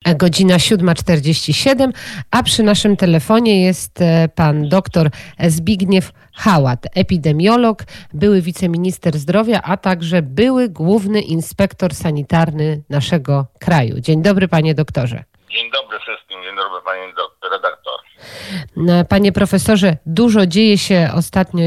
Godzina 7:47, a przy naszym telefonie jest pan doktor Zbigniew Hałat, epidemiolog, były wiceminister zdrowia, a także były główny inspektor sanitarny naszego kraju. Dzień dobry, panie doktorze. Dzień dobry wszystkim, dzień dobry pani redaktor. Panie profesorze, dużo dzieje się ostatnio,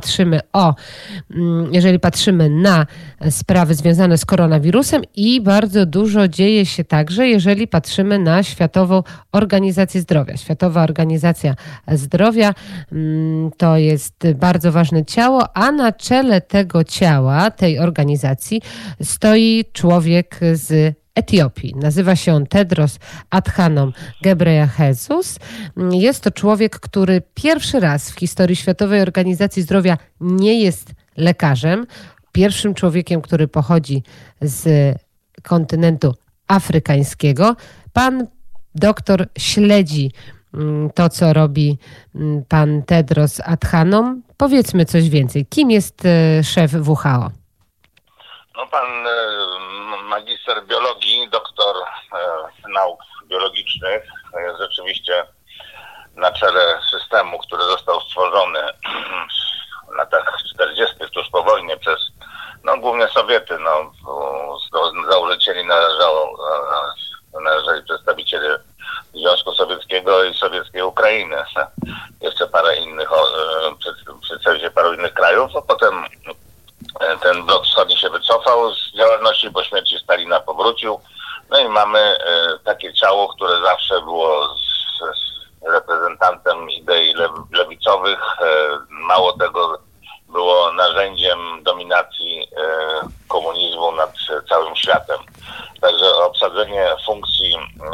jeżeli patrzymy na sprawy związane z koronawirusem i bardzo dużo dzieje się także, jeżeli patrzymy na Światową Organizację Zdrowia. Światowa Organizacja Zdrowia to jest bardzo ważne ciało, a na czele tego ciała, tej organizacji stoi człowiek z Etiopii. Nazywa się on Tedros Adhanom Ghebreyesus. Jest to człowiek, który pierwszy raz w historii Światowej Organizacji Zdrowia nie jest lekarzem. Pierwszym człowiekiem, który pochodzi z kontynentu afrykańskiego. Pan doktor śledzi to, co robi pan Tedros Adhanom. Powiedzmy coś więcej. Kim jest szef WHO? No pan magister biologii, doktor nauk biologicznych jest rzeczywiście na czele systemu, który został stworzony w latach 40. tuż po wojnie przez głównie Sowiety. Założycieli należeli przedstawiciele Związku Sowieckiego i sowieckiej Ukrainy. Jeszcze parę innych, przedstawicieli paru innych krajów, a potem ten blok wschodni się wycofał z działalności, po śmierci Stalina powrócił. No i mamy takie ciało, które zawsze było reprezentantem idei lewicowych. Mało tego, było narzędziem dominacji komunizmu nad całym światem. Także obsadzenie funkcji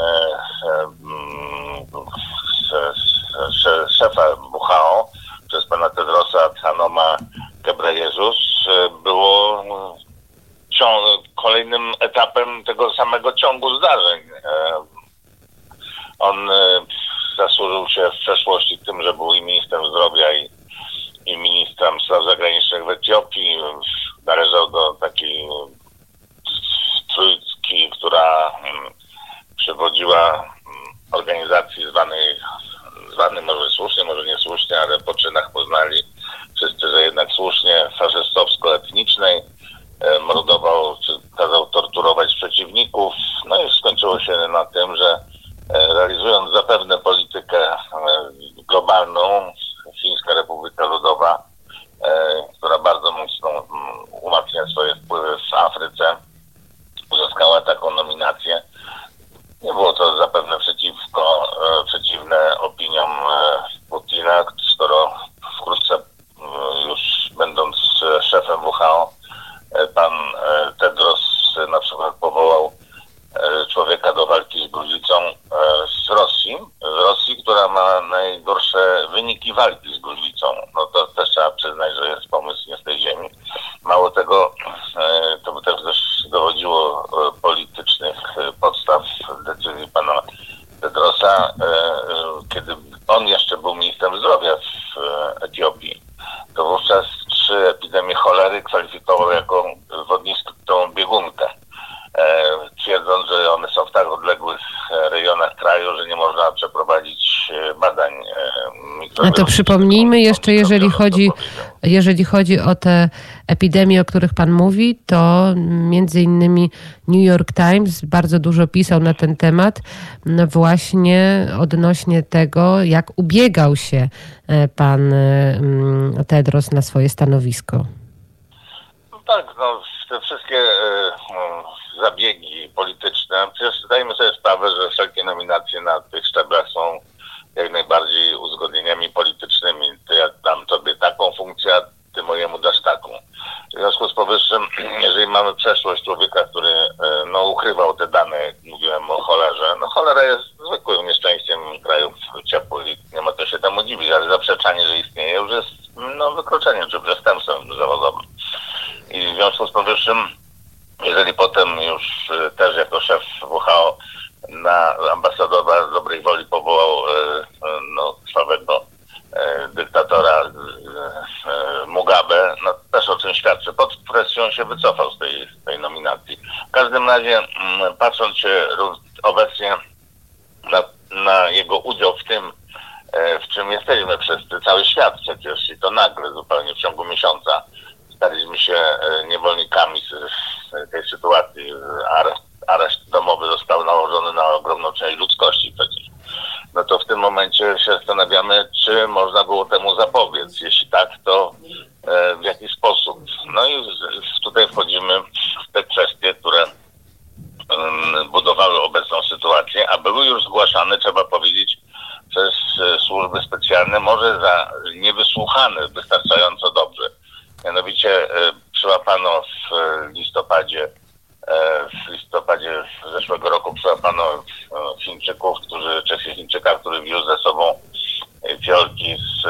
szefa WHO przez pana Tedrosa Adhanoma Ghebreyesus było kolejnym etapem tego samego ciągu zdarzeń. On zasłużył się w przeszłości tym, że był i ministrem zdrowia i ministrem spraw zagranicznych w Etiopii. Należał do takiej trójki, która przywodziła organizacji zwanej może słusznie, może niesłusznie, ale po czynach poznali wszyscy, że jednak słusznie, faszystowsko-etnicznej. Mordował, czy kazał torturować przeciwników. No i skończyło się na tym, że realizując zapewne politykę globalną, Chińska Republika Ludowa, która bardzo mocno umacnia swoje wpływy w Afryce, uzyskała taką nominację. Nie było to zapewne przeciwne opiniom Putina, skoro wkrótce już będąc szefem WHO, pan Tedros na przykład powołał człowieka do walki z gruźlicą z Rosji, która ma najgorsze wyniki walki z gruźlicą. No to też trzeba przyznać, że jest pomysł nie z tej ziemi. Mało tego, to by też dochodziło politycznych podstaw decyzji pana Tedrosa, kiedy on jeszcze był ministrem zdrowia w Etiopii. To wówczas 3 epidemie cholery kwalifikował jako wodnistą biegunkę, twierdząc, że one są w tak odległych rejonach kraju, że nie można przeprowadzić badań mikrobiologicznych. A to przypomnijmy jeszcze, jeżeli chodzi o te epidemie, o których pan mówi, to między innymi New York Times bardzo dużo pisał na ten temat, właśnie odnośnie tego, jak ubiegał się pan Tedros na swoje stanowisko. No tak, te wszystkie zabiegi polityczne, przecież zdajemy sobie sprawę, że wszelkie nominacje na tych szczeblach są jak najbardziej uzgodnieniami politycznymi. To ja dam tobie taką funkcję, a ty mojemu dasz taką. W związku z powyższym, jeżeli mamy przeszłość człowieka, który ukrywał te dane, jak mówiłem o cholerze, cholera jest zwykłym nieszczęściem krajów ciepłych, nie ma co się temu dziwić, ale zaprzeczanie, że istnieje, już jest wykroczeniem czy przestępstwem zawodowym. I w związku z powyższym, jeżeli potem już też jako szef WHO na ambasadora z dobrej woli powołał krwawego dyktatora Mugabe, też o czym świadczy. Pod presją się wycofał z tej nominacji. W każdym razie, patrząc się obecnie udział w czym jesteśmy przez cały świat przecież i to nagle zupełnie w ciągu miesiąca staliśmy się niewolnikami z tej sytuacji. Areszt domowy został nałożony na ogromną część ludzkości przecież. No to w tym momencie się zastanawiamy, czy można było temu zapobiec. Jeśli tak, to w jaki sposób. No i tutaj wchodzimy w te kwestie, które budowały obecną sytuację, a były już zgłaszane, trzeba powiedzieć, przez służby specjalne, może niewysłuchane wystarczająco dobrze. Mianowicie przyłapano w listopadzie zeszłego roku przyłapano Chińczyków, Chińczyka, który wiózł ze sobą fiolki z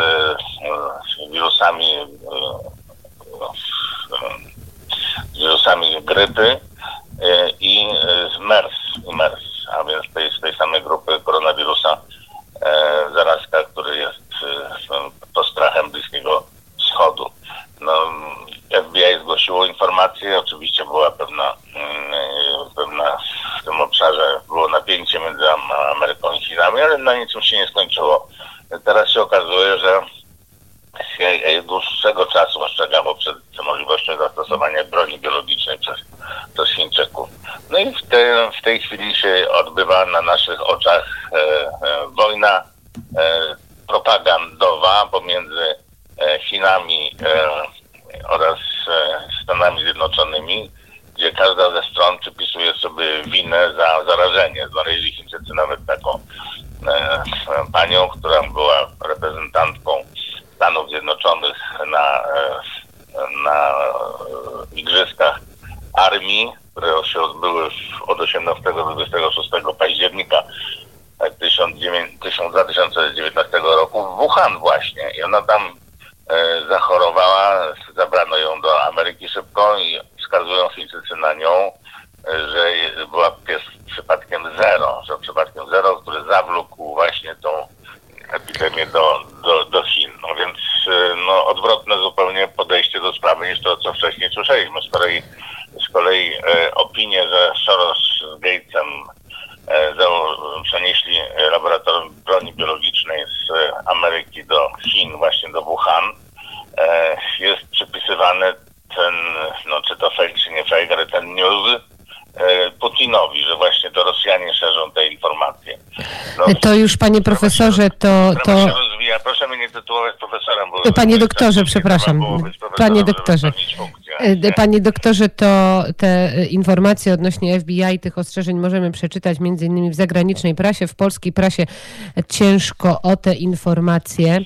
wirusami grypy i MERS, a więc z tej samej grupy koronawirusa, zarazka, który jest postrachem Bliskiego Wschodu. No, FBI zgłosiło informację, oczywiście była pewna w tym obszarze było napięcie między Ameryką i Chinami, ale na niczym się nie skończyło. Teraz się okazuje, że CIA dłuższego czasu ostrzegało przed możliwością zastosowania broni biologicznej przez Chińczyków. No i w tej chwili się odbywa na naszych oczach wojna propagandowa pomiędzy Chinami oraz Stanami Zjednoczonymi, gdzie każda ze stron przypisuje sobie winę za zarażenie. Znaleźli Chińczycy nawet taką panią, która była reprezentantką Stanów Zjednoczonych na igrzyskach armii, które się odbyły od 18 do 26 października 2019 roku w Wuhan właśnie. I ona tam zachorowała, zabrano ją do Ameryki szybko i wskazują Chińczycy na nią, że była przypadkiem zero, który zawlókł właśnie tą epidemię do Chin. No więc odwrotne zupełnie podejście do sprawy niż to, co wcześniej słyszeliśmy. Z kolei opinie, że Soros z Gatesem przenieśli laboratorium broni biologicznej z Ameryki do Chin, właśnie do Wuhan, jest przypisywany czy to fake, czy nie fake, ale ten news Putinowi, że właśnie to Rosjanie szerzą te informacje. To już, panie profesorze, to się rozwija. Proszę mnie nie tytułować profesorem. Panie doktorze, przepraszam. Panie doktorze. Panie doktorze, to te informacje odnośnie FBI, tych ostrzeżeń możemy przeczytać między innymi w zagranicznej prasie, w polskiej prasie ciężko o te informacje.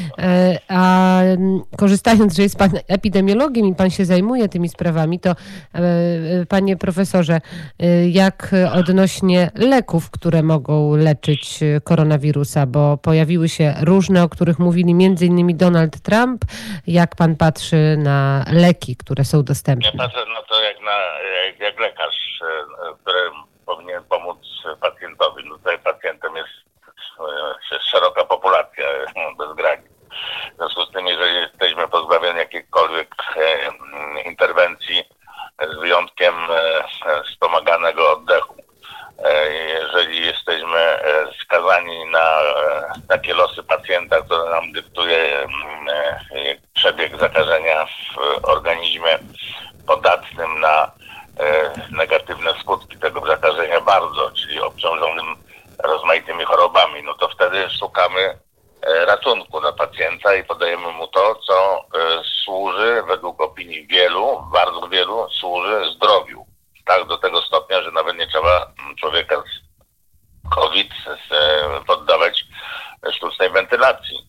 A korzystając, że jest pan epidemiologiem i pan się zajmuje tymi sprawami, to panie profesorze, jak odnośnie leków, które mogą leczyć koronawirusa, bo pojawiły się różne, o których mówili między innymi Donald Trump. Jak pan patrzy na leki, które są dostępne? Ja patrzę na to jak lekarz, który powinien pomóc pacjentowi. No tutaj pacjentem jest szeroka populacja bez granic. W związku z tym, jeżeli jesteśmy pozbawieni jakiejkolwiek interwencji, z wyjątkiem wspomaganego oddechu, jeżeli jesteśmy skazani na takie losy pacjenta, które nam dyktuje przebieg zakażenia w organizmie podatnym na negatywne skutki tego zakażenia bardzo, czyli obciążonym rozmaitymi chorobami, no to wtedy szukamy ratunku dla pacjenta i podajemy mu to, co służy według opinii bardzo wielu, służy zdrowiu. Tak do tego stopnia, że nawet nie trzeba człowieka z COVID poddawać sztucznej wentylacji.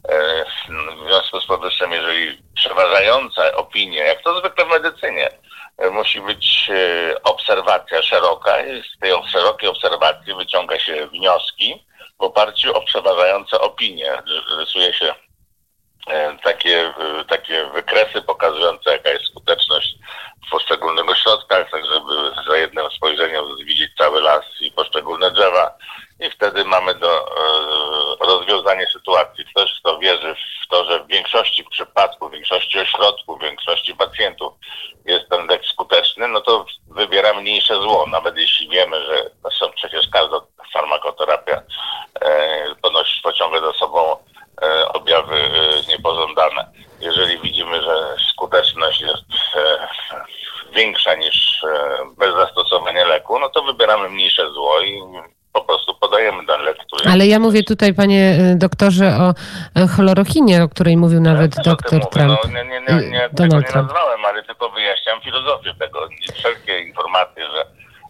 W związku z powyższym, jeżeli przeważająca opinia, jak to zwykle w medycynie, musi być obserwacja szeroka i z tej szerokiej obserwacji wyciąga się wnioski w oparciu o przeważające opinie. Rysuje się takie wykresy pokazujące, jaka jest skuteczność w poszczególnych ośrodkach, tak żeby za jednym spojrzeniem widzieć cały las i poszczególne drzewa. I wtedy mamy rozwiązanie sytuacji. Ktoś, kto wierzy w to, że w większości przypadków, w większości ośrodków, w większości pacjentów jest ten lek skuteczny, no to wybiera mniejsze zło. Nawet jeśli wiemy, że przecież każda farmakoterapia Ale ja mówię tutaj, panie doktorze, o chlorochinie, o której mówił nawet doktor Trump. Donald Trump. Nie nazwałem, ale tylko wyjaśniam filozofię tego. Wszelkie informacje, że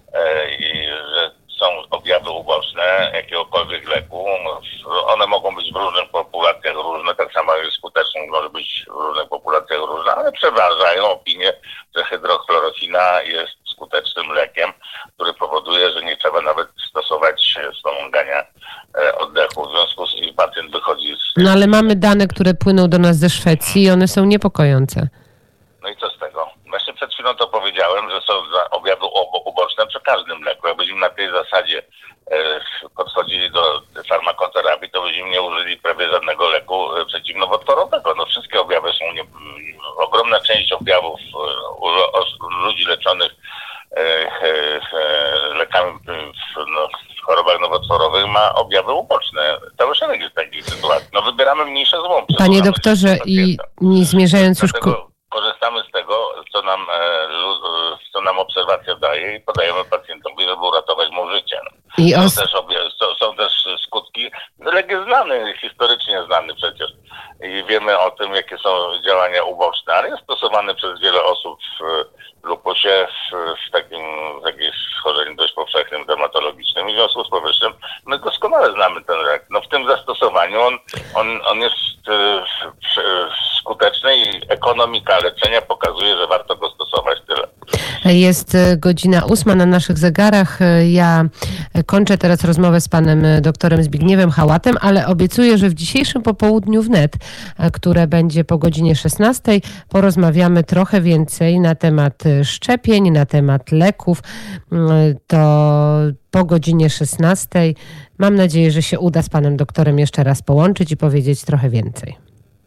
są objawy uboczne jakiegokolwiek leku, one mogą być w różnych populacjach różne, tak samo jak skuteczność może być w różnych populacjach różna, ale przeważają opinie, że hydrochlorochina jest skutecznym lekiem, który powoduje, że nie trzeba nawet stosować wspomagania oddechu. W związku z tym pacjent wychodzi z... No ale mamy dane, które płyną do nas ze Szwecji i one są niepokojące. No i co z tego? Właśnie przed chwilą to powiedziałem, że są objawy uboczne przy każdym leku. Jakbyśmy na tej zasadzie podchodzili do farmakoterapii, to byśmy nie użyli prawie żadnego leku przeciwnowotworowego. No wszystkie objawy są... Ogromna część objawów u ludzi leczonych lekami w chorobach nowotworowych ma objawy uboczne. Cały szereg jest takich sytuacji. No wybieramy mniejsze zło. Panie doktorze, i nie zmierzając już... Korzystamy z tego, co nam obserwacja daje i podajemy pacjentowi, żeby uratować mu życie. Są też skutki. Lek jest znany, historycznie znany przecież. I wiemy o tym, jakie są działania uboczne, ale jest stosowany przez wiele osób w lupusie, w takim schorzeniu dość powszechnym, dermatologicznym. I w związku z powyższym my doskonale znamy ten lek. No w tym zastosowaniu on jest skuteczny i ekonomika leczenia pokazuje, że warto go stosować. Tyle. Jest godzina 8 na naszych zegarach. Ja kończę teraz rozmowę z panem doktorem Zbigniewem Hałatem, ale obiecuję, że w dzisiejszym popołudniu wnet, które będzie po godzinie 16, porozmawiamy trochę więcej na temat szczepień, na temat leków. To po godzinie 16. Mam nadzieję, że się uda z panem doktorem jeszcze raz połączyć i powiedzieć trochę więcej.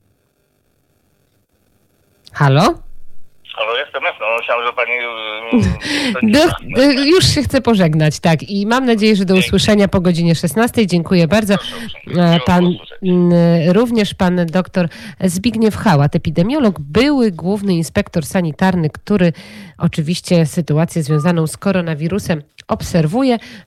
Halo? Halo, jestem. Myślałem, że pani... Już się chcę pożegnać, tak. I mam nadzieję, że do usłyszenia po godzinie 16. Dziękuję bardzo. Również pan doktor Zbigniew Hałat, epidemiolog, były główny inspektor sanitarny, który oczywiście sytuację związaną z koronawirusem obserwuje.